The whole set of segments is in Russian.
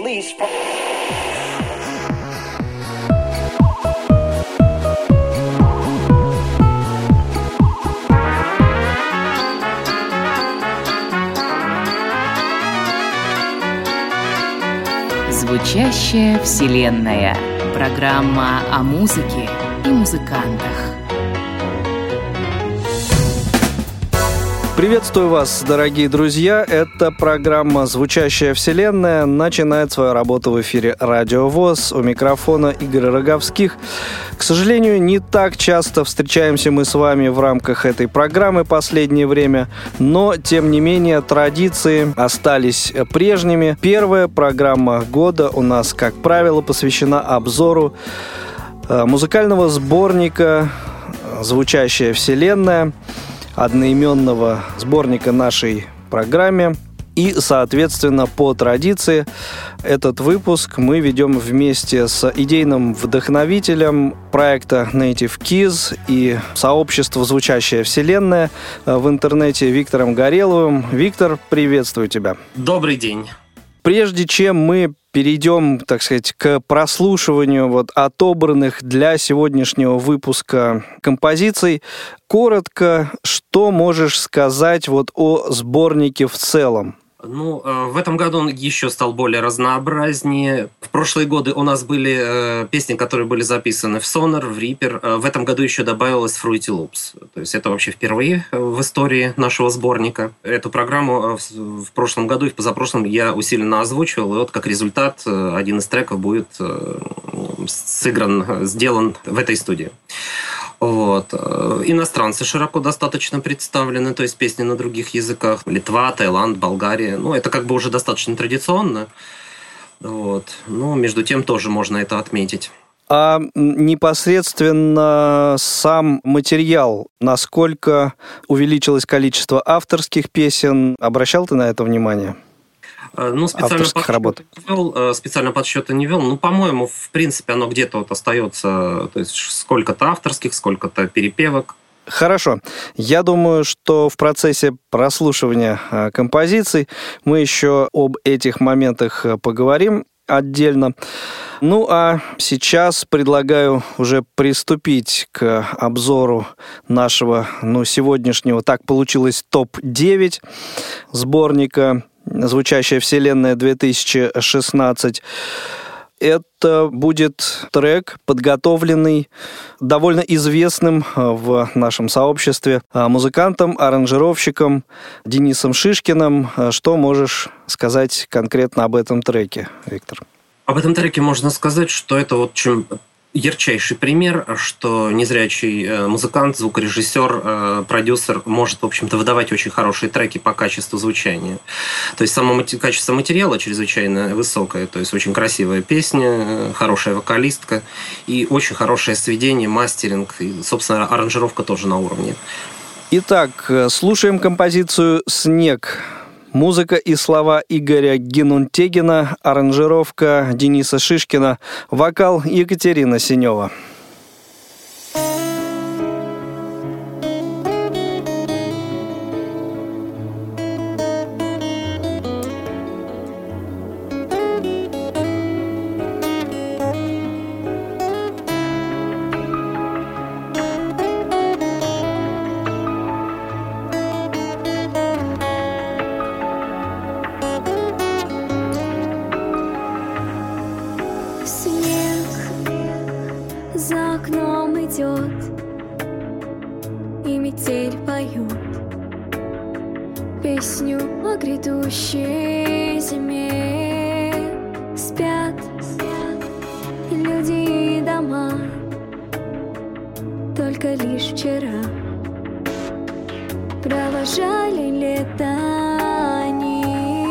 police from... Звучащая вселенная. Программа о музыке и музыкантах. Приветствую вас, дорогие друзья. Это программа «Звучащая вселенная» начинает свою работу в эфире Радио ВОС. У микрофона Игорь Роговских. К сожалению, не так часто встречаемся мы с вами в рамках этой программы последнее время, но, тем не менее, традиции остались прежними. Первая программа года у нас, как правило, посвящена обзору музыкального сборника «Звучащая вселенная», одноименного сборника нашей программе. И, соответственно, по традиции, этот выпуск мы ведем вместе с идейным вдохновителем проекта Native Keys и сообщества «Звучащая вселенная» в интернете Виктором Гореловым. Виктор, приветствую тебя. Добрый день. Прежде чем мы перейдем, так сказать, к прослушиванию отобранных для сегодняшнего выпуска композиций, коротко, что можешь сказать о сборнике в целом? В этом году он еще стал более разнообразнее. В прошлые годы у нас были песни, которые были записаны в Sonar, в Reaper. В этом году еще добавилось Fruity Loops. То есть это вообще впервые в истории нашего сборника. Эту программу в прошлом году и в позапрошлом я усиленно озвучивал. И как результат один из треков будет сделан в этой студии. Иностранцы широко достаточно представлены, то есть песни на других языках. Литва, Таиланд, Болгария. Это уже достаточно традиционно. Между тем тоже можно это отметить. А непосредственно сам материал, насколько увеличилось количество авторских песен? Обращал ты на это внимание? Специально подсчета не вел. По-моему, в принципе, оно где-то остается, то есть сколько-то авторских, сколько-то перепевок. Хорошо. Я думаю, что в процессе прослушивания композиций мы еще об этих моментах поговорим отдельно. А сейчас предлагаю уже приступить к обзору нашего, сегодняшнего, так получилось, топ-9 сборника «Звучащая вселенная 2016». Это будет трек, подготовленный довольно известным в нашем сообществе музыкантом, аранжировщиком Денисом Шишкиным. Что можешь сказать конкретно об этом треке, Виктор? Об этом треке можно сказать, что это ярчайший пример, что незрячий музыкант, звукорежиссер, продюсер может, в общем-то, выдавать очень хорошие треки по качеству звучания. То есть само качество материала чрезвычайно высокое, то есть очень красивая песня, хорошая вокалистка и очень хорошее сведение, мастеринг, и, собственно, аранжировка тоже на уровне. Итак, слушаем композицию «Снег». Музыка и слова Игоря Генунтегина, аранжировка Дениса Шишкина, вокал Екатерина Синева. За окном идет, и метель поет песню о грядущей зиме. Спят люди и дома, только лишь вчера провожали лето они.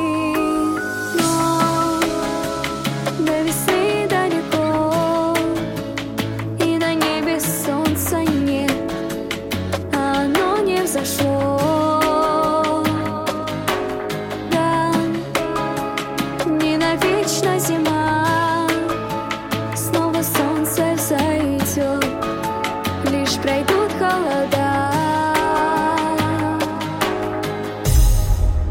Но до весны далеко, и на небе солнца нет, а оно не взошло. Да, не навечно зима, снова солнце взойдет, лишь пройдут холода.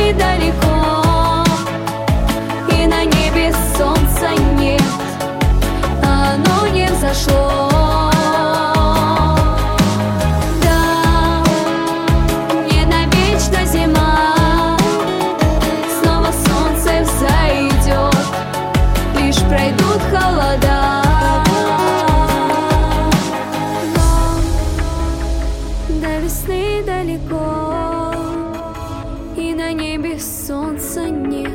весны далеко, и на небе солнца нет, оно не взошло. Да, не навечно зима, снова солнце взойдет, лишь пройдут холода. Но до весны далеко, и на небе солнца нет.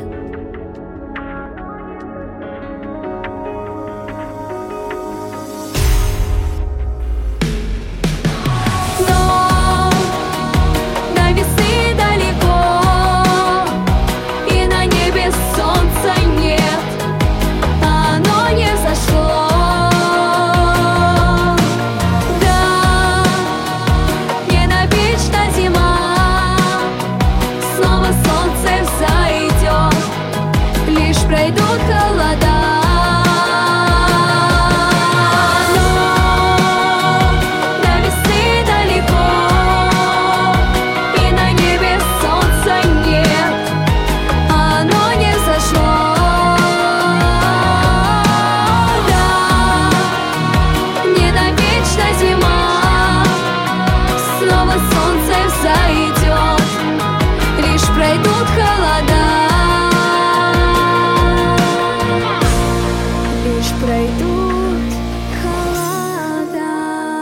Но до весны далеко, и на небе солнца нет, оно не взошло. Да, не навечно зима, снова солнце взойдет, лишь пройдут холода. Но до весны далеко, и на небе солнца нет, оно не взошло. Да, не навечно зима, снова солнце взойдет, лишь пройдут холода. Лишь пройдут холода.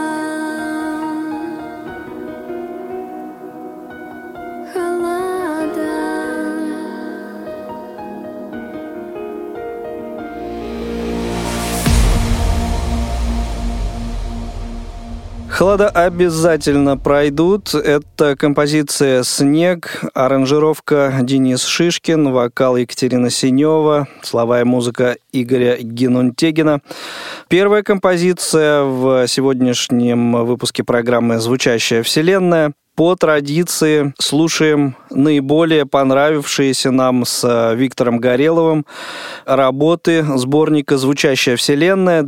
Холода. Холода обязательно пройдут. Это композиция «Снег», аранжировка Денис Шишкин, вокал Екатерина Синева, слова и музыка Игоря Генунтегина. Первая композиция в сегодняшнем выпуске программы «Звучащая вселенная». По традиции слушаем наиболее понравившиеся нам с Виктором Гореловым работы сборника «Звучащая вселенная»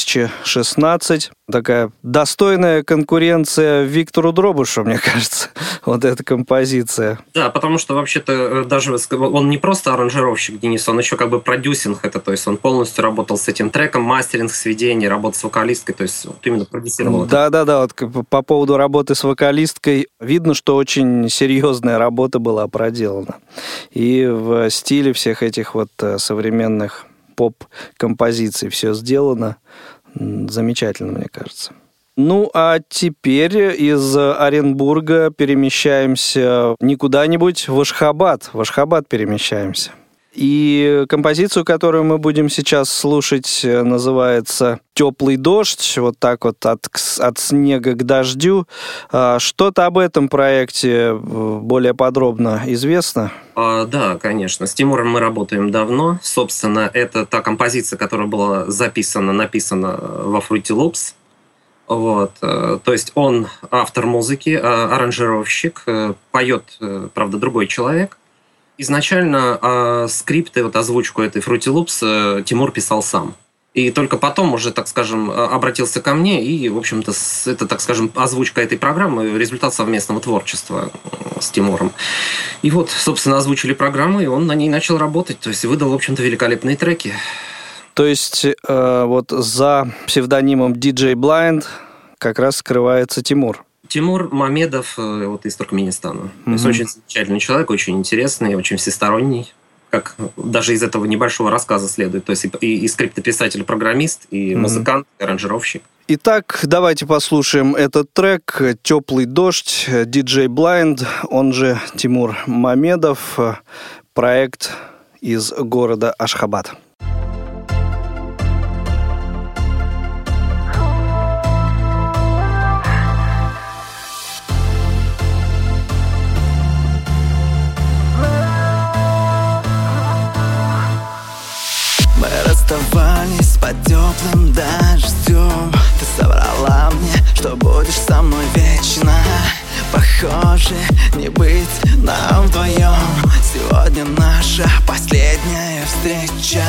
2016. Такая достойная конкуренция Виктору Дробушу, мне кажется, вот эта композиция. Да, потому что вообще-то даже он не просто аранжировщик, Денис, он еще как бы продюсинг это, то есть он полностью работал с этим треком, мастеринг, сведение, работа с вокалисткой, то есть вот именно продюсировал. Да, вот по поводу работы с вокалисткой видно, что очень серьезная работа была проделана. И в стиле всех этих вот современных поп-композиций все сделано замечательно, мне кажется. Ну, а теперь из Оренбурга перемещаемся не куда-нибудь, в Ашхабад. В Ашхабад перемещаемся. И композицию, которую мы будем сейчас слушать, называется «Теплый дождь», вот так вот от снега к дождю. Что-то об этом проекте более подробно известно? Да, конечно. С Тимуром мы работаем давно. Собственно, это та композиция, которая была написана во Fruity Loops. Вот. То есть он автор музыки, аранжировщик, поет, правда, другой человек. Изначально скрипты, вот озвучку этой Fruity Loops Тимур писал сам. И только потом уже, так скажем, обратился ко мне, и, в общем-то, это, так скажем, озвучка этой программы, результат совместного творчества с Тимуром. И вот, собственно, озвучили программу, и он на ней начал работать, то есть выдал, в общем-то, великолепные треки. То есть вот за псевдонимом DJ Blind как раз скрывается Тимур. Тимур Мамедов вот из Туркменистана. То есть очень замечательный человек, очень интересный, очень всесторонний. Как даже из этого небольшого рассказа следует. То есть и скриптописатель, программист, и музыкант, и аранжировщик. Итак, давайте послушаем этот трек «Теплый дождь», DJ Blind, он же Тимур Мамедов, проект из города Ашхабад. Расставались под теплым дождем. Ты соврала мне, что будешь со мной вечно. Похоже, не быть нам вдвоем. Сегодня наша последняя встреча.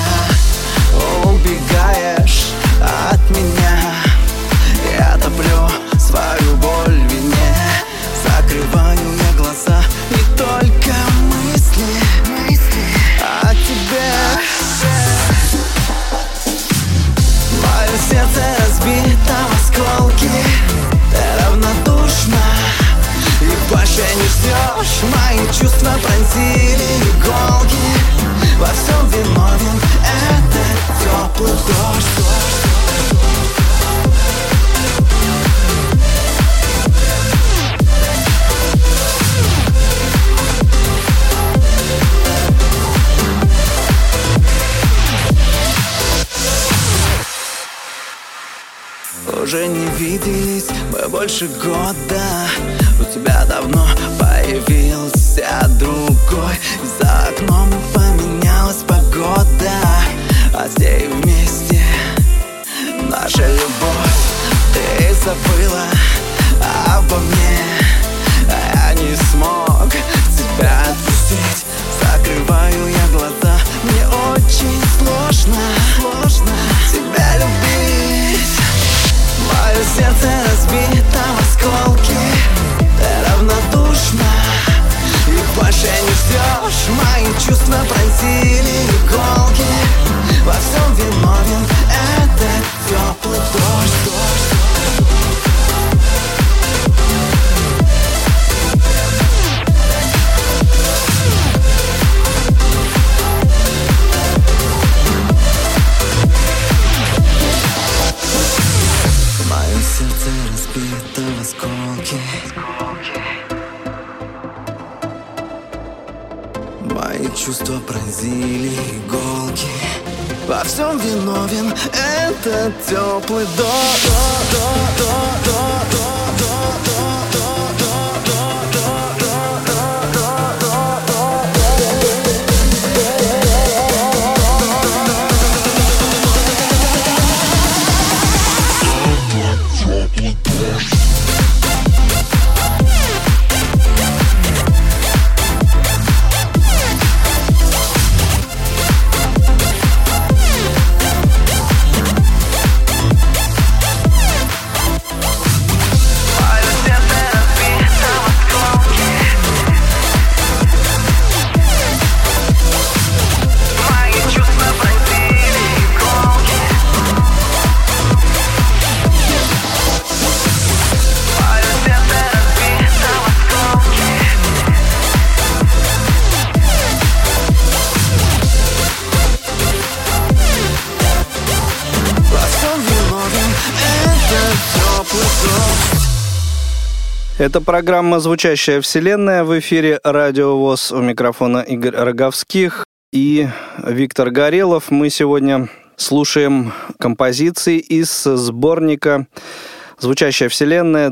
Убегаешь от меня, я топлю свою боль в вине. Закрываю я глаза, и только мысли пронзили иголки. Во всем виновен этот теплый дождь. Уже не виделись мы больше года. У тебя давно появился другой. За окном поменялась погода, а здесь вместе наша любовь. Ты забыла обо мне, а я не смог тебя отпустить. Закрываю я глаза, мне очень сложно тебя любить. Мое сердце разбито в осколки. Ты равнодушна и больше не ждешь. Мои чувства пронзили иголки. Во всем виновен этот теплый дождь. Сердце разбито в осколки. Мои чувства пронзили иголки. Во всем виновен этот теплый дождь. Это программа «Звучащая вселенная». В эфире Радио ВОС. У микрофона Игорь Роговских и Виктор Горелов. Мы сегодня слушаем композиции из сборника «Звучащая вселенная»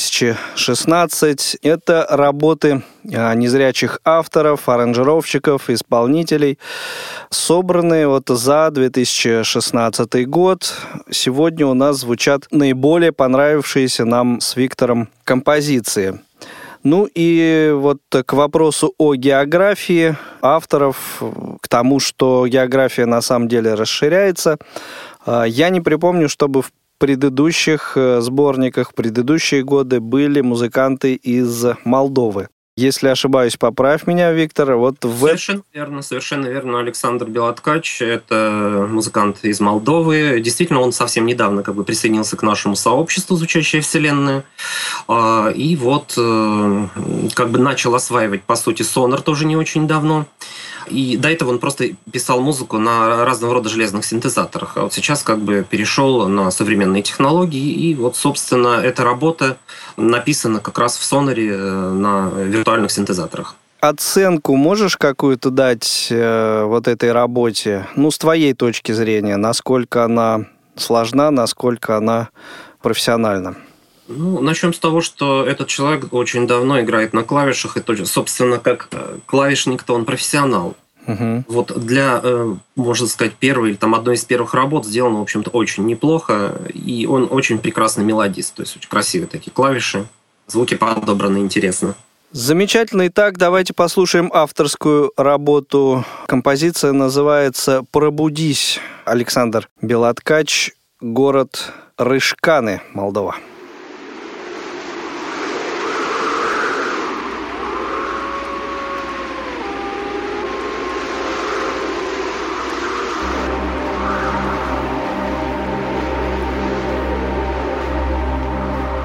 2016. Это работы незрячих авторов, аранжировщиков, исполнителей, собранные за 2016 год. Сегодня у нас звучат наиболее понравившиеся нам с Виктором композиции. Ну и к вопросу о географии авторов, к тому, что география на самом деле расширяется, я не припомню, чтобы в предыдущих сборниках, в предыдущие годы были музыканты из Молдовы. Если ошибаюсь, поправь меня, Виктор. Совершенно верно. Александр Белоткач – это музыкант из Молдовы. Действительно, он совсем недавно присоединился к нашему сообществу «Звучащая вселенная». И начал осваивать, по сути, сонор тоже не очень давно. И до этого он просто писал музыку на разного рода железных синтезаторах. А сейчас перешел на современные технологии. И собственно, эта работа написана как раз в соноре на виртуальных синтезаторах. Оценку можешь какую-то дать этой работе? С твоей точки зрения, насколько она сложна, насколько она профессиональна? Начнем с того, что этот человек очень давно играет на клавишах, и тоже, собственно, как клавишник-то он профессионал. Угу. Для, можно сказать, первой или одной из первых работ сделано, в общем-то, очень неплохо, и он очень прекрасный мелодист, то есть очень красивые такие клавиши, звуки подобраны интересно. Замечательно. Итак, давайте послушаем авторскую работу. Композиция называется «Пробудись». Александр Белоткач, город Рышканы, Молдова.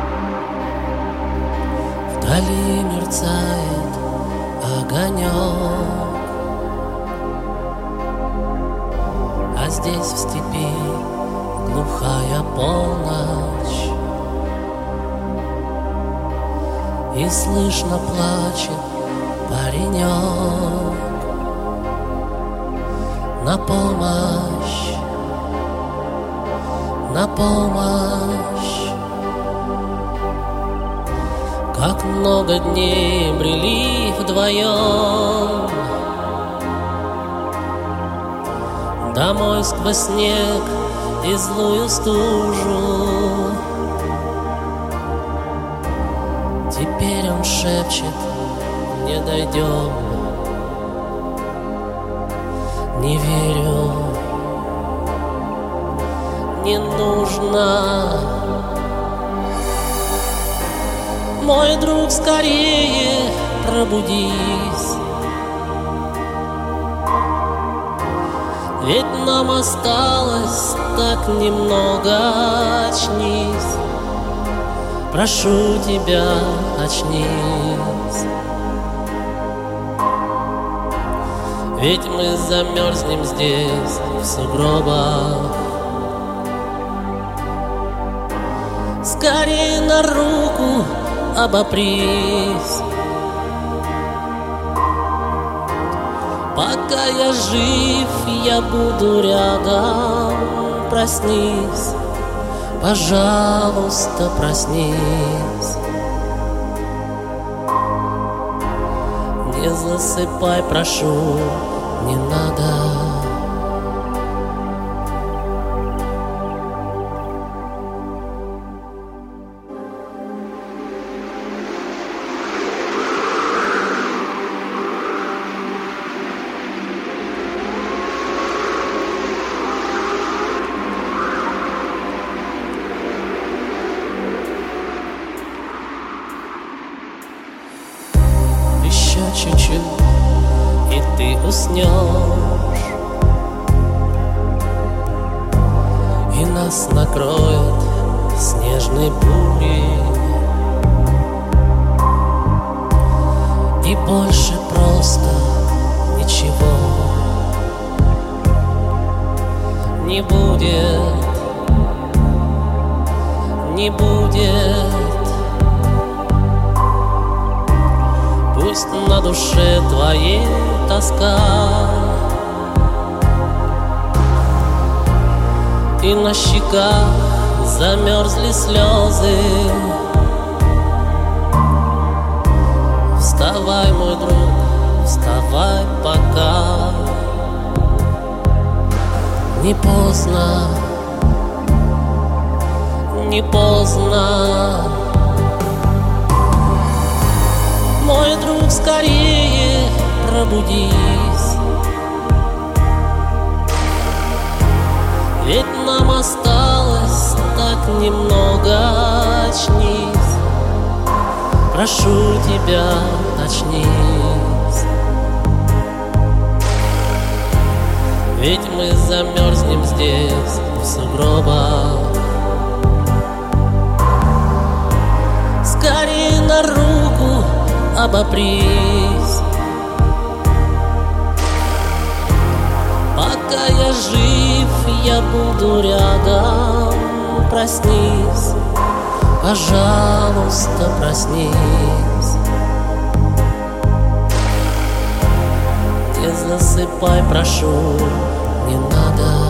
Вдали мерцает огонек, здесь в степи глухая полночь, и слышно плачет паренек. На помощь, на помощь. Как много дней брели вдвоем домой сквозь снег и злую стужу. Теперь он шепчет: не дойдем. Не верю, не нужно. Мой друг, скорее пробудись, ведь нам осталось так немного. Очнись, прошу тебя, очнись. Ведь мы замерзнем здесь в сугробах. Скорее на руку обопрись. Пока я жив, я буду рядом. Проснись, пожалуйста, проснись. Не засыпай, прошу, не надо. Еще чуть-чуть, и ты уснешь, и нас накроет снежной бурей, и больше просто ничего не будет, не будет. Пусть на душе твоей тоска, и на щеках замерзли слезы. Вставай, мой друг, вставай, пока не поздно, не поздно. Мой друг, скорее пробудись, ведь нам осталось так немного. Очнись, прошу тебя, очнись. Ведь мы замерзнем здесь в сугробах. Скорее на руку обопрись. Пока я жив, я буду рядом. Проснись, пожалуйста, проснись. Не засыпай, прошу, не надо.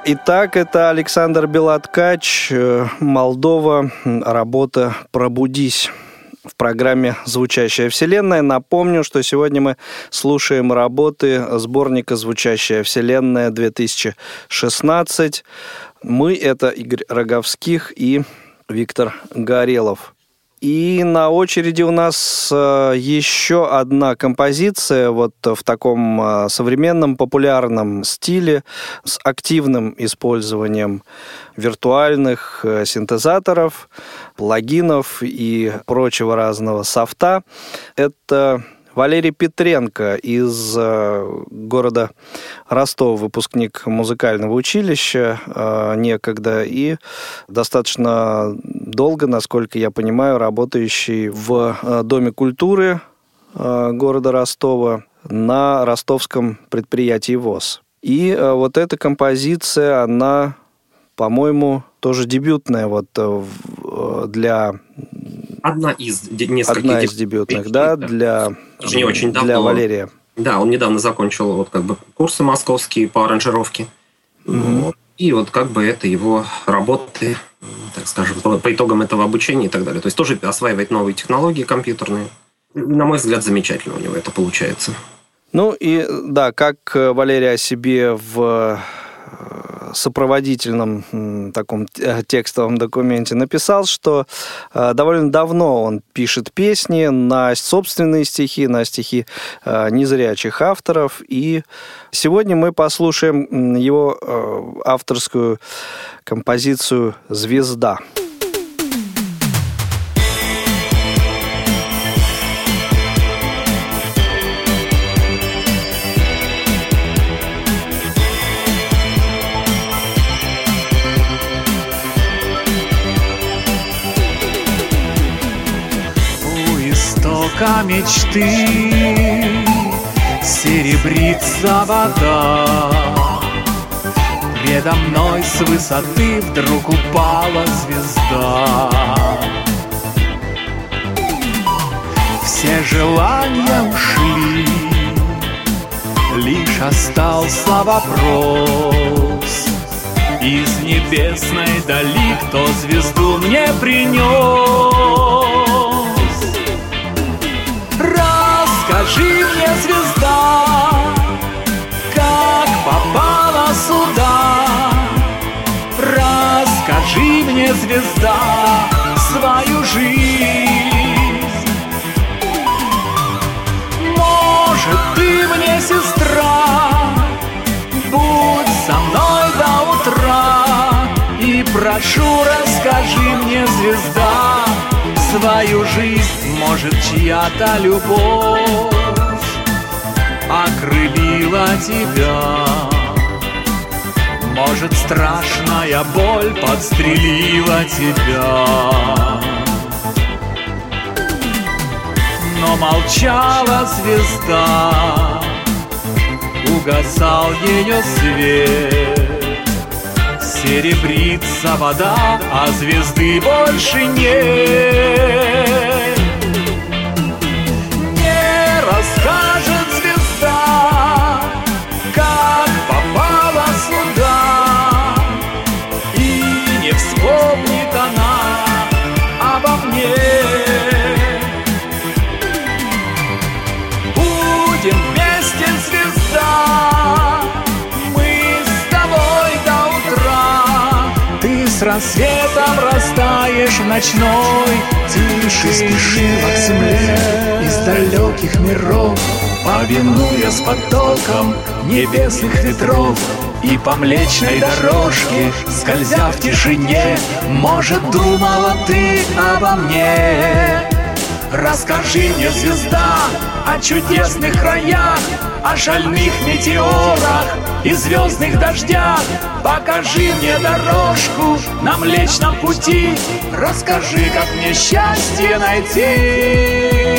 Итак, это Александр Белоткач, Молдова, работа «Пробудись» в программе «Звучащая вселенная». Напомню, что сегодня мы слушаем работы сборника «Звучащая вселенная» 2016. Мы — это Игорь Роговских и Виктор Горелов. И на очереди у нас еще одна композиция вот в таком современном популярном стиле с активным использованием виртуальных синтезаторов, плагинов и прочего разного софта. Это Валерий Петренко из города Ростов, выпускник музыкального училища некогда и достаточно долго, насколько я понимаю, работающий в Доме культуры города Ростова на ростовском предприятии ВОС. И вот эта композиция, она, по-моему, тоже дебютная вот для... Одна из нескольких. Одна из дебютных, да, для Валерия. Да, он недавно закончил вот как бы курсы московские по аранжировке. Вот. И вот как бы это его работы, так скажем, по итогам этого обучения и так далее. То есть тоже осваивать новые технологии компьютерные. На мой взгляд, замечательно у него это получается. Ну и да, как Валерий о себе в сопроводительном таком текстовом документе написал, что довольно давно он пишет песни на собственные стихи, на стихи незрячих авторов. И сегодня мы послушаем его авторскую композицию «Звезда». Мечты серебрится вода. Предо мной с высоты вдруг упала звезда. Все желания ушли, лишь остался вопрос: из небесной дали кто звезду мне принес? Скажи мне, звезда, как попала сюда? Расскажи мне, звезда, свою жизнь. Может, ты мне сестра, будь со мной до утра. И прошу, расскажи мне, звезда, свою жизнь. Может, чья-то любовь окрылила тебя. Может, страшная боль подстрелила тебя. Но молчала звезда, угасал ее свет. Серебрится вода, а звезды больше нет. Не расскажет звезда, как попала сюда, и не вспомнит она обо мне. Будем вместе, звезда, с рассветом растаешь в ночной тиши. Спешила к земле из далеких миров, повинуясь потокам небесных ветров. И по млечной дорожке, скользя в тишине, может, думала ты обо мне. Расскажи мне, звезда, о чудесных краях, о шальных метеорах и звездных дождях. Покажи мне дорожку на Млечном пути, расскажи, как мне счастье найти.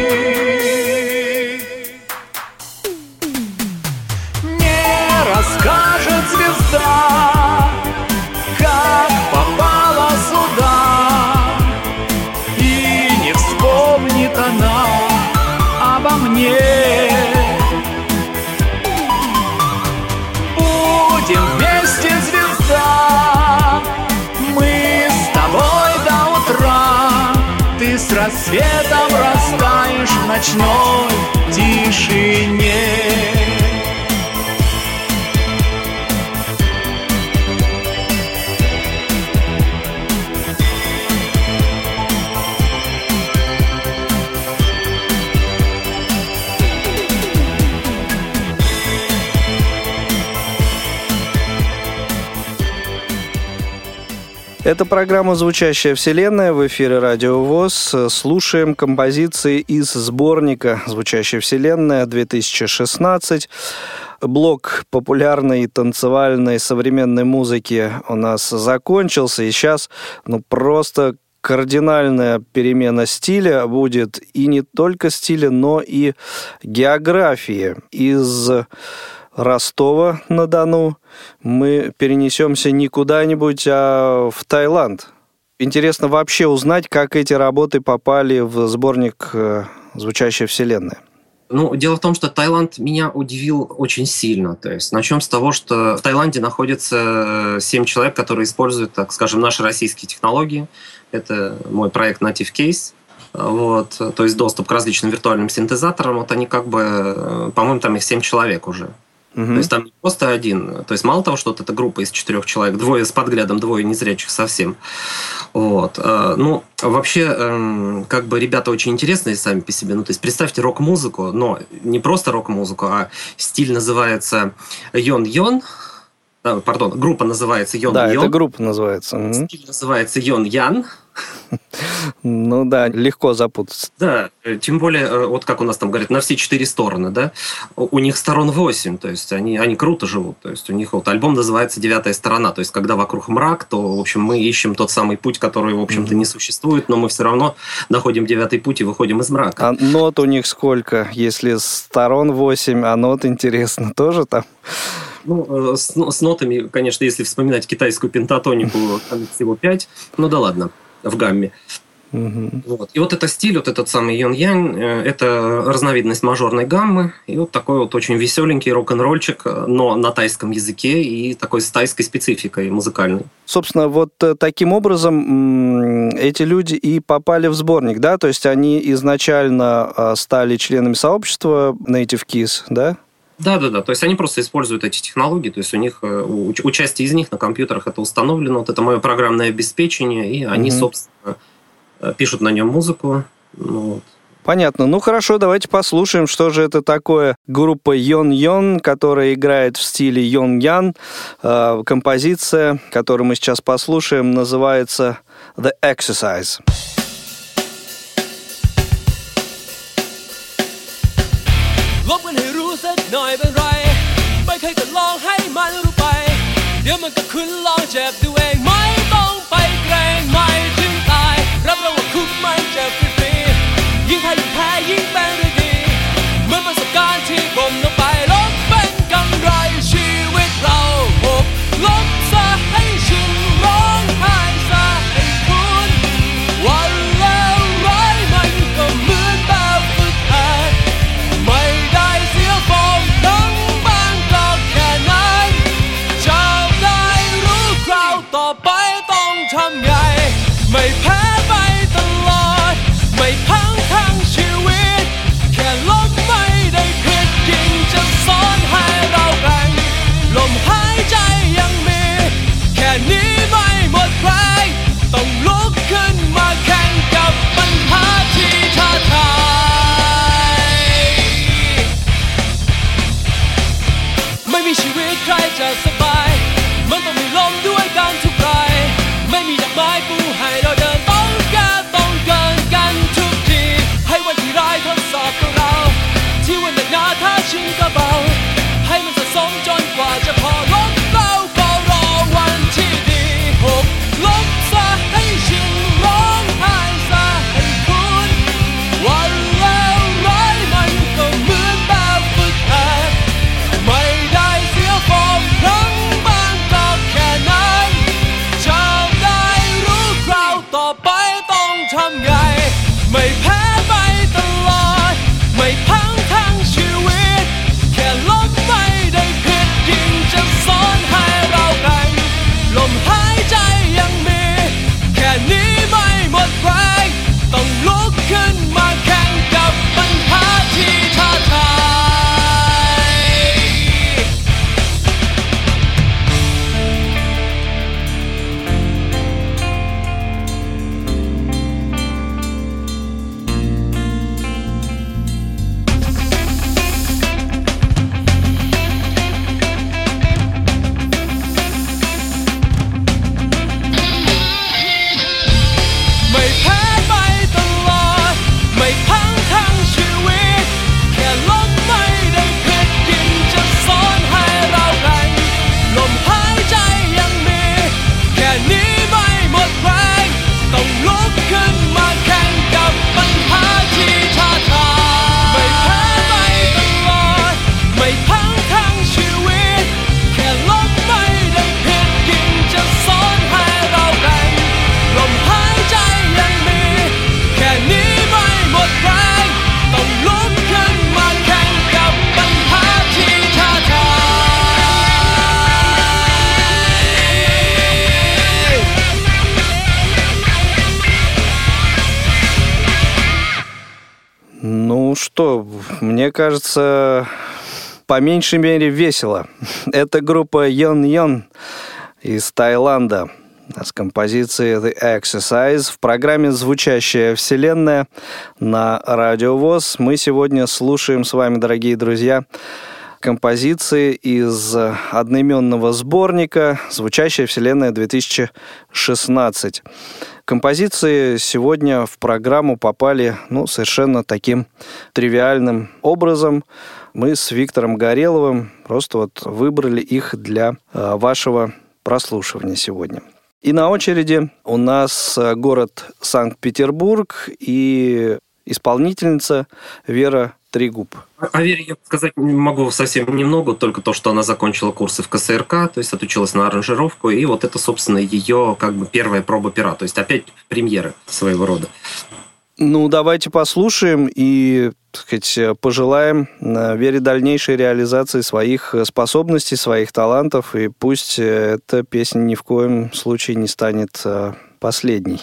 Не расскажет звезда, как попала сюда, и не вспомнит она обо мне. Будем вместе, звезда, светом растаешь в ночной тишине. Это программа «Звучащая вселенная», в эфире Радио ВОС. Слушаем композиции из сборника «Звучащая вселенная» 2016. Блок популярной танцевальной современной музыки у нас закончился, и сейчас просто кардинальная перемена стиля будет, и не только стиля, но и географии. Из Ростова-на-Дону мы перенесемся не куда-нибудь, а в Таиланд. Интересно вообще узнать, как эти работы попали в сборник «Звучащая вселенная». Дело в том, что Таиланд меня удивил очень сильно. То есть начнем с того, что в Таиланде находится 7 человек, которые используют, так скажем, наши российские технологии. Это мой проект Native Case. То есть доступ к различным виртуальным синтезаторам. Они по-моему, там их 7 человек уже. То есть там не просто один. То есть мало того, что это группа из 4 человек, 2 с подглядом, 2 незрячих совсем. Вообще, ребята очень интересные сами по себе. То есть представьте рок-музыку, но не просто рок-музыку, а стиль называется Йон-Йон. Группа называется Йон-Йон. Да, эта группа называется. Стиль называется Йон-Ян. Легко запутаться. Да, тем более, как у нас там говорят, на все 4 стороны, да, у них сторон 8, то есть они круто живут, то есть у них альбом называется «9-я сторона», то есть когда вокруг мрак, то, в общем, мы ищем тот самый путь, который, в общем-то, не существует, но мы все равно находим 9-й путь и выходим из мрака. А нот у них сколько? Если сторон 8, а нот, интересно, тоже там? С нотами, конечно, если вспоминать китайскую пентатонику, там всего 5, да ладно, в гамме. И это стиль, этот самый Йон-Янь, это разновидность мажорной гаммы, и такой очень веселенький рок-н-ролльчик, но на тайском языке и такой с тайской спецификой музыкальной. Собственно, таким образом эти люди и попали в сборник, да? То есть они изначально стали членами сообщества Native Keys, да? Да. То есть они просто используют эти технологии, то есть у них, у части из них на компьютерах это установлено, это мое программное обеспечение, и они, собственно, пишут на нем музыку. Понятно. Хорошо, давайте послушаем, что же это такое группа Йон-Йон, которая играет в стиле Йон-Ян. Композиция, которую мы сейчас послушаем, называется «The Exercise». หน่อยเป็นไรไม่เคยก็ลองให้มันรู้ไปเดี๋ยวมันก็ขึ้นลองเจ็บดูเองไม่ต้องไปเกรงไม่ถึงตายรับรองว่าคุ้มมันเจ็บฟรีๆยิ่งถ้ายิ่งแพ้ยิ่งเป็นเรื่องดีเหมือนประสบการณ์ที่บ่มลงไปลบเป็นกำไรชีวิตเราหกล้มซะให้ชินร้องไห้ซะให้คุ้นวันแล้วร้ายมันก็เหมือนแบบฝึกหัดไม่ได้เสียฟอร์มทั้งบางก็แค่นั้นจะได้รู้คราวต่อไปต้องทำไงไม่แพ้ไปตลอดไม่พังทั้งชีวิตแค่ล้มไม่ได้ผิดยิ่งจะสอนให้เราแกร่งลมหายใจยังมีแค่นี้ไม่หมดแรงต้องลุกขึ้นมาแข่งกับปัญหาที่ท้าทายไม่มีชีวิตใครจะสบายมันต้องมีลมด้วยกันทุกรายไม่มีดอกไม้ปูให้เราเดินต้องแก้ต้องเกินกันทุกทีให้วันที่ร้ายทดสอบตัวเราที่วันหนักหนาถ้าชินก็เบาให้มันสะสมจนกว่าจะพอล้มเราก็รอวันที่ดีหกล้มซะให้ชินร้องไห้ซะให้คุ้นวันแล้วร้ายมันก็เหมือนแบบฝึกหัดไม่ได้เสียฟอร์มครั้งบางก็แค่นั้นจะได้รู้คราวต่อไปต้องทำไงไม่แพ้ไปตลอดไม่พังทั้งชีวิตแ что, мне кажется, по меньшей мере весело. Это группа Yon Yon из Таиланда с композицией The Exercise в программе «Звучащая вселенная» на Радио ВОС. Мы сегодня слушаем с вами, дорогие друзья, композиции из одноименного сборника «Звучащая вселенная-2016». Композиции сегодня в программу попали совершенно таким тривиальным образом. Мы с Виктором Гореловым просто выбрали их для вашего прослушивания сегодня. И на очереди у нас город Санкт-Петербург и исполнительница Вера Трегуб. О Вере я сказать могу совсем немного, только то, что она закончила курсы в КСРК, то есть отучилась на аранжировку, и это, собственно, ее первая проба пера, то есть опять премьера своего рода. Давайте послушаем и, пожелаем Вере дальнейшей реализации своих способностей, своих талантов, и пусть эта песня ни в коем случае не станет последней.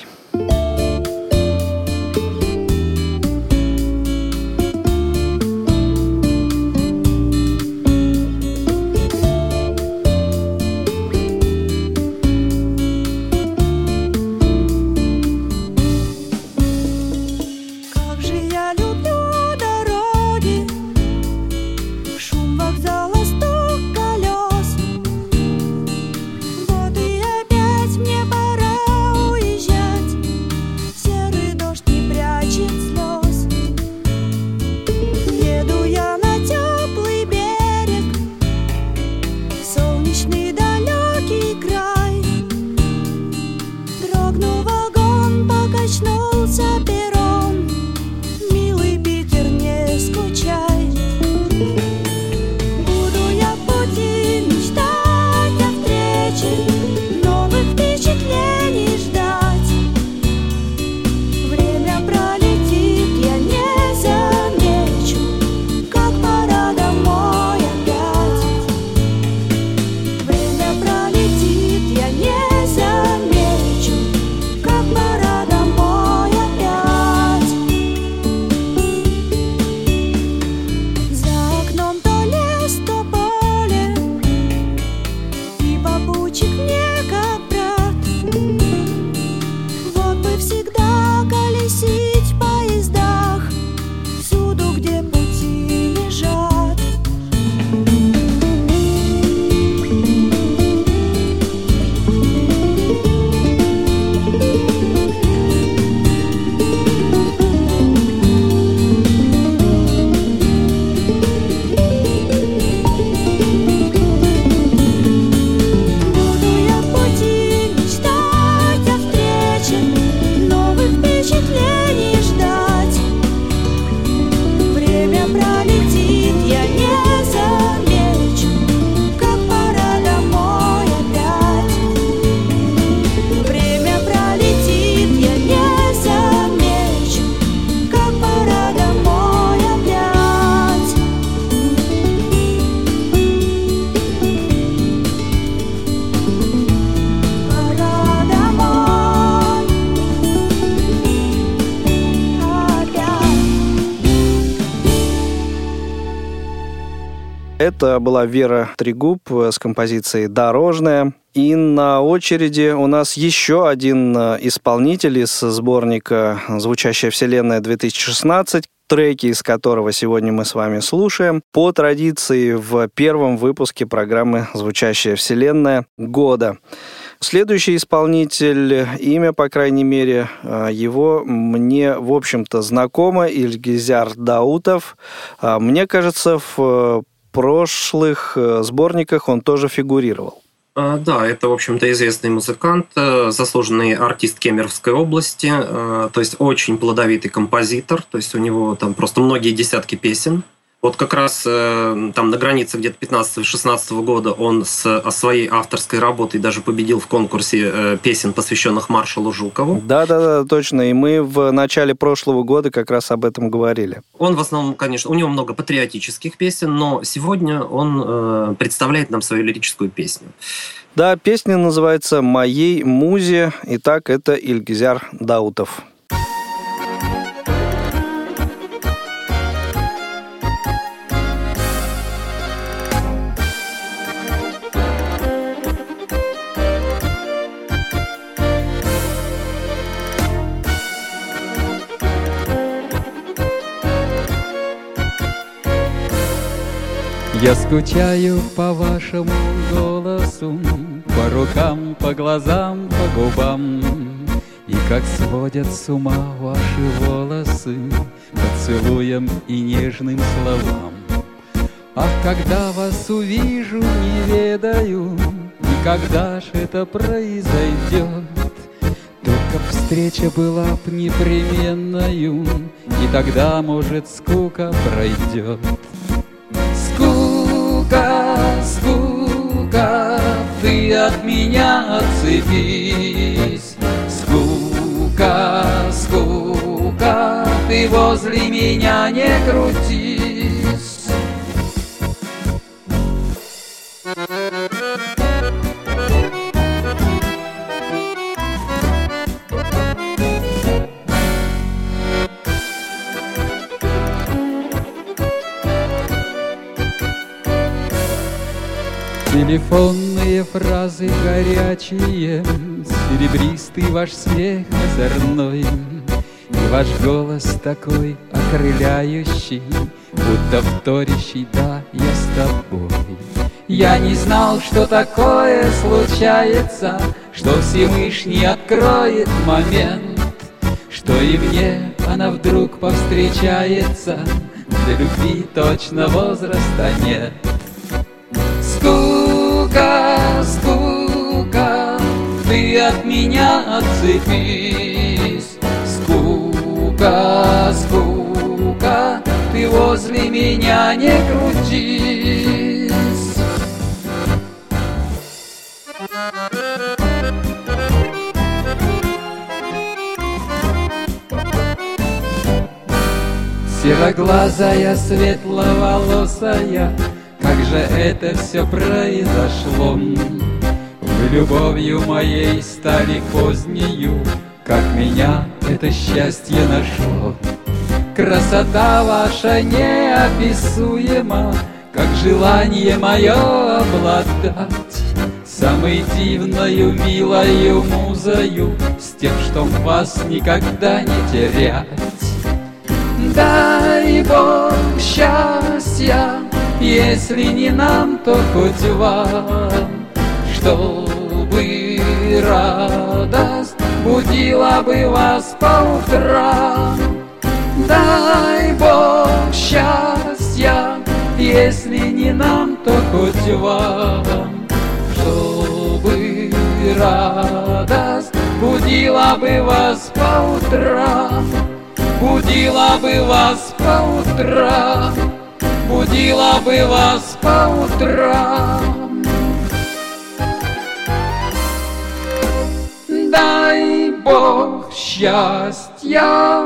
Это была Вера Трегуб с композицией «Дорожная». И на очереди у нас еще один исполнитель из сборника «Звучащая вселенная-2016», треки из которого сегодня мы с вами слушаем. По традиции в первом выпуске программы «Звучащая вселенная» года. Следующий исполнитель, имя, по крайней мере, его мне, в общем-то, знакомо, Ильгизяр Даутов. Мне кажется, в прошлых сборниках он тоже фигурировал. Да, это, в общем-то, известный музыкант, заслуженный артист Кемеровской области, то есть очень плодовитый композитор, то есть у него там просто многие десятки песен. Вот как раз там на границе где-то 15-16 года он со своей авторской работой даже победил в конкурсе песен, посвященных маршалу Жукову. Да, точно. И мы в начале прошлого года как раз об этом говорили. Он в основном, конечно, у него много патриотических песен, но сегодня он представляет нам свою лирическую песню. Да, песня называется «Моей музе». Итак, это Ильгизяр Даутов. Я скучаю по вашему голосу, по рукам, по глазам, по губам. И как сводят с ума ваши волосы поцелуем и нежным словам. Ах, когда вас увижу, не ведаю, никогда ж это произойдет. Только встреча была б непременною, и тогда, может, скука пройдет. Скука, скука, ты от меня отцепись. Скука, скука, ты возле меня не крутись. Телефонные фразы горячие, серебристый ваш смех озорной, и ваш голос такой окрыляющий, будто вторящий «да, я с тобой». Я не знал, что такое случается, что Всевышний откроет момент, что и мне она вдруг повстречается, для любви точно возраста нет. Скука, скука, ты от меня отцепись. Скука, скука, ты возле меня не крутись. Сероглазая, светловолосая, как же это все произошло? Вы любовью моей стали позднею, как меня это счастье нашло. Красота ваша неописуема, как желание мое обладать самой дивною, милою музою, с тем, чтоб вас никогда не терять. Дай Бог счастья, если не нам, то хоть вам, чтобы радость будила бы вас по утрам. Дай Бог счастья, если не нам, то хоть вам, чтобы радость будила бы вас по утрам, будила бы вас по утрам, будила бы вас по утрам. Дай Бог счастья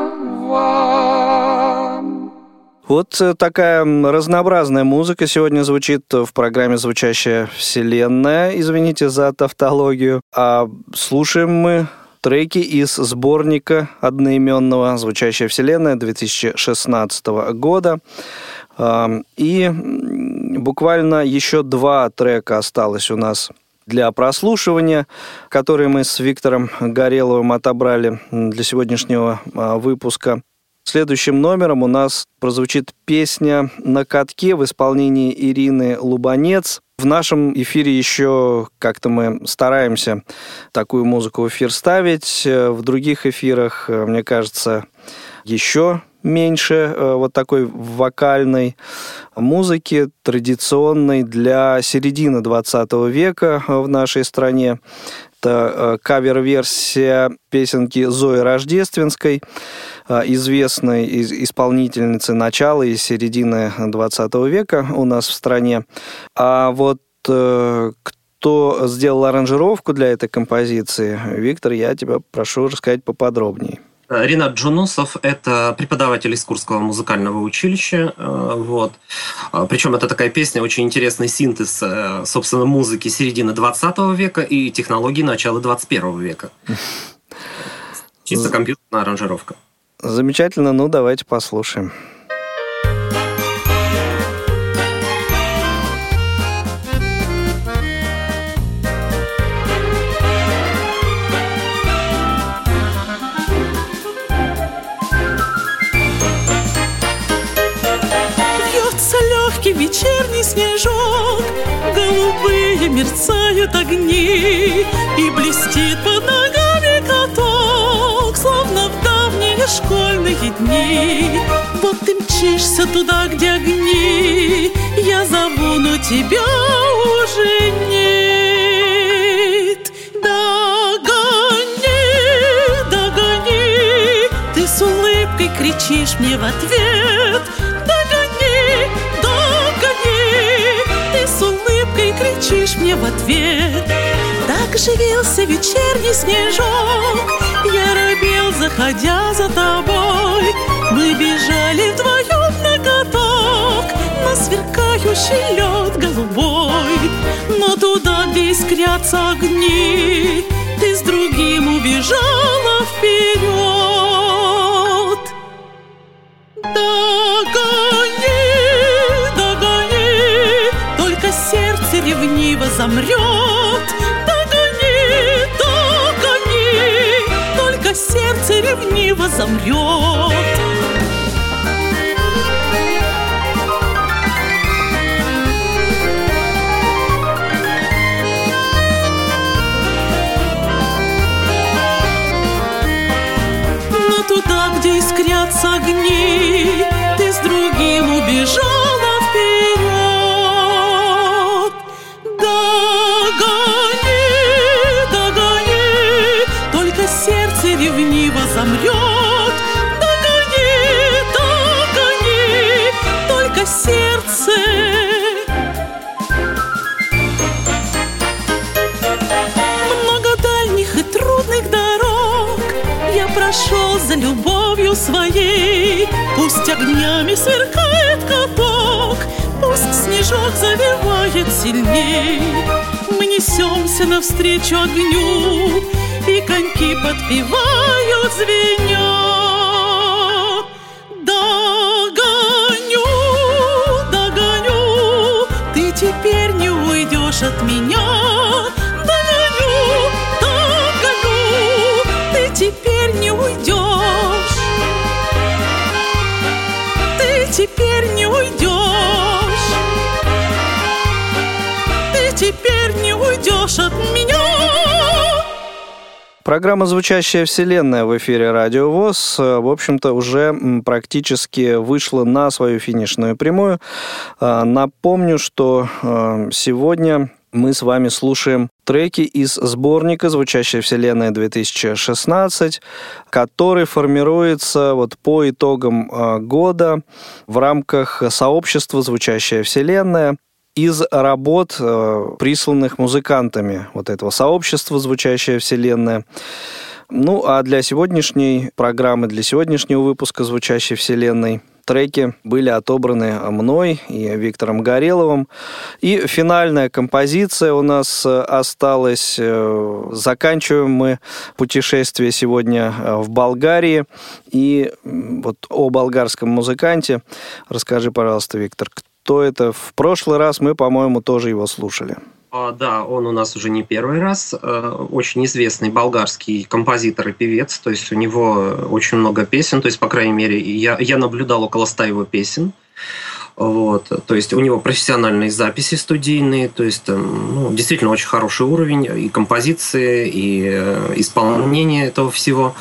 вам. Вот такая разнообразная музыка сегодня звучит в программе «Звучащая вселенная». Извините за тавтологию. А слушаем мы треки из сборника одноименного «Звучащая вселенная» 2016 года. И буквально еще 2 трека осталось у нас для прослушивания, которые мы с Виктором Гореловым отобрали для сегодняшнего выпуска. Следующим номером у нас прозвучит песня «На катке» в исполнении Ирины Лубанец. В нашем эфире еще как-то мы стараемся такую музыку в эфир ставить. В других эфирах, мне кажется, еще меньше вот такой вокальной музыки, традиционной для середины 20 века в нашей стране. Это кавер-версия песенки Зои Рождественской, известной исполнительницы начала и середины 20 века у нас в стране. А вот кто сделал аранжировку для этой композиции, Виктор, я тебя прошу рассказать поподробнее. Ринат Джунусов – это преподаватель из Курского музыкального училища. Вот. Причем это такая песня, очень интересный синтез, собственно, музыки середины 20 века и технологий начала 21 века. Чисто компьютерная аранжировка. Замечательно, ну давайте послушаем. легкий вечерний снежок, голубые мерцают огни, и блестит под ногами каток, словно в давние школьные дни. Вот ты мчишься туда, где огни, я зову, но тебя уже нет. Догони, догони, ты с улыбкой кричишь мне в ответ. Догони, догони, ты с улыбкой кричишь мне в ответ. Так живился вечерний снежок, я робел, заходя за тобой. Мы бежали вдвоем на каток, на сверкающий лед голубой. Но туда, где искрятся огни, ты с другим убежала вперед. Догони, догони, только сердце ревниво замрет. Догони, догони, только сердце ревниво замрет. Туда, где искрятся огни, ты с другим убежала вперед. Догони, догони, только сердце ревниво замрет. Догони, догони, только сердце. Много дальних и трудных дорог я прошел за любовью своей. Пусть огнями сверкает каток, пусть снежок завивает сильней. Мы несемся навстречу огню, и коньки подпевают звеня. Догоню, догоню, ты теперь не уйдешь от меня. Догоню, догоню, ты теперь не уйдешь. Ты теперь не уйдешь. Ты теперь не уйдешь от меня. Программа «Звучащая вселенная» в эфире Радио ВОС, в общем-то, уже практически вышла на свою финишную прямую. Напомню, что сегодня мы с вами слушаем треки из сборника «Звучащая вселенная 2016», который формируется по итогам года в рамках сообщества «Звучащая вселенная» из работ, присланных музыкантами этого сообщества «Звучащая вселенная». Ну, а для сегодняшней программы, для сегодняшнего выпуска «Звучащей вселенной» треки были отобраны мной и Виктором Гореловым. И финальная композиция у нас осталась. Заканчиваем мы путешествие сегодня в Болгарии. И о болгарском музыканте расскажи, пожалуйста, Виктор, кто это? В прошлый раз мы, по-моему, тоже его слушали. Да, он у нас уже не первый раз. Очень известный болгарский композитор и певец. То есть у него очень много песен. То есть, по крайней мере, я наблюдал около 100 его песен. То есть у него профессиональные записи студийные. То есть действительно очень хороший уровень и композиции, и исполнения этого всего.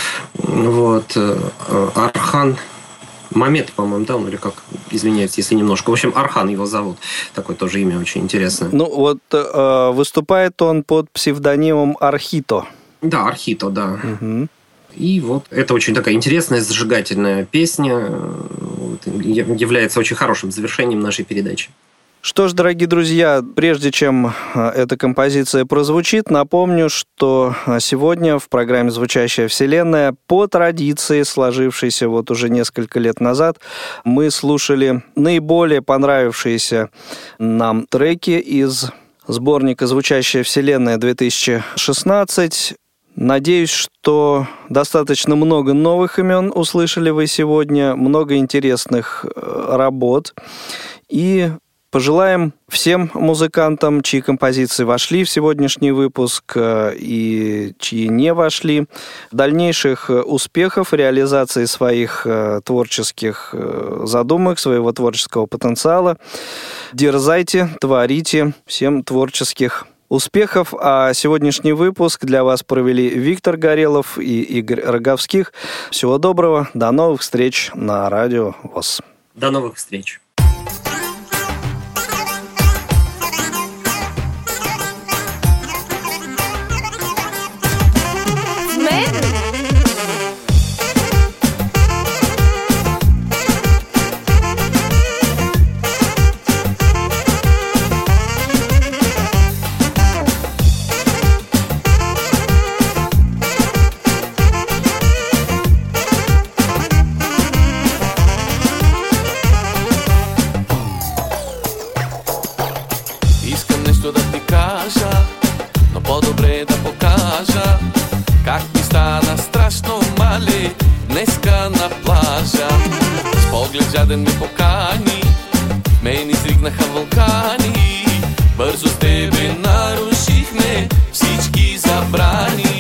Архан Мамед, по-моему, да, или как, извиняюсь, если немножко. В общем, Архан его зовут. Такое тоже имя очень интересное. Выступает он под псевдонимом Архито. Да, Архито, да. Угу. И это очень такая интересная, зажигательная песня. Является очень хорошим завершением нашей передачи. Что ж, дорогие друзья, прежде чем эта композиция прозвучит, напомню, что сегодня в программе «Звучащая вселенная» по традиции, сложившейся уже несколько лет назад, мы слушали наиболее понравившиеся нам треки из сборника «Звучащая вселенная 2016». Надеюсь, что достаточно много новых имен услышали вы сегодня, много интересных работ. И Пожелаем всем музыкантам, чьи композиции вошли в сегодняшний выпуск и чьи не вошли, дальнейших успехов, реализации своих творческих задумок, своего творческого потенциала. Дерзайте, творите. Всем творческих успехов. А сегодняшний выпуск для вас провели Виктор Горелов и Игорь Роговских. Всего доброго. До новых встреч на Радио ВОС. До новых встреч. Жаден ме покани, мен изригнаха вулкани. Бързо с тебе нарушихме всички забрани.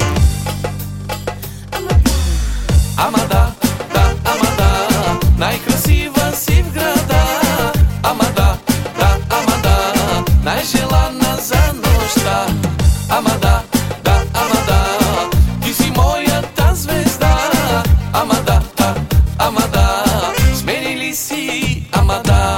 Ама да, ама да, най-красива си в града. Ама да, най-желана за нощта. Ама да, ти си моята звезда. Ама да, сменили си, ама да.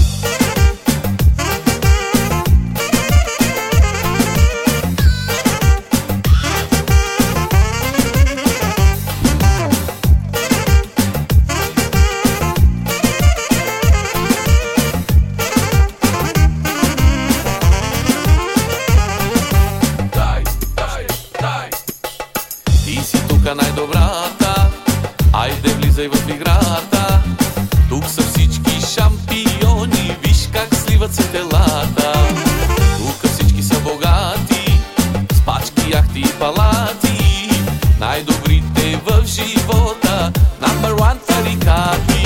Ти си тука най-добрата, айде влизай в играта. Тук са всички шампиони, виж как сливат се телата. Тук всички са богати, с пачки, яхти и палати. Най-добрите в живота, number one тарикати.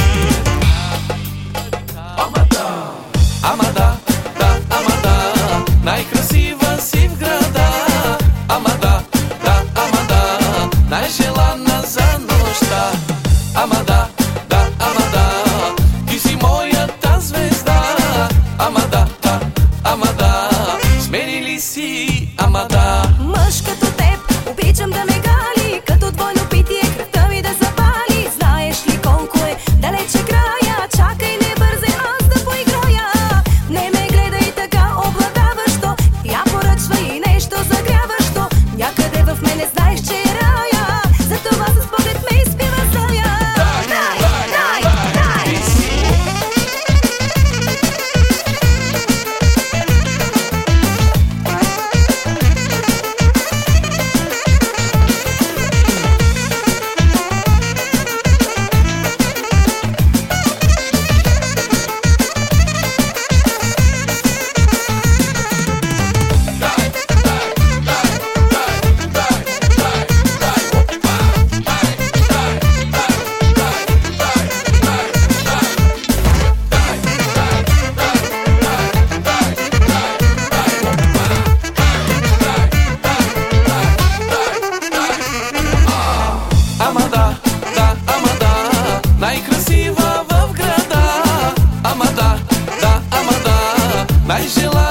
Ама да, най-красива си в града. Ама да, най-желана за нощта. Ама да, ти си моята звезда. Ама да, сменили си, ама да. Мъж като теб, обичам да ме гали, като двойно питие кръвта ми да запали. Знаеш ли колко е далече края? Чакай, не бързай, аз да поиграя. Не ме гледай така обладаващо, я поръчвай и нещо загряващо. Някъде в мене знаеш, че е рая, затова с поглед ме изпива зая. Най-красива в града. Ама да, най-желана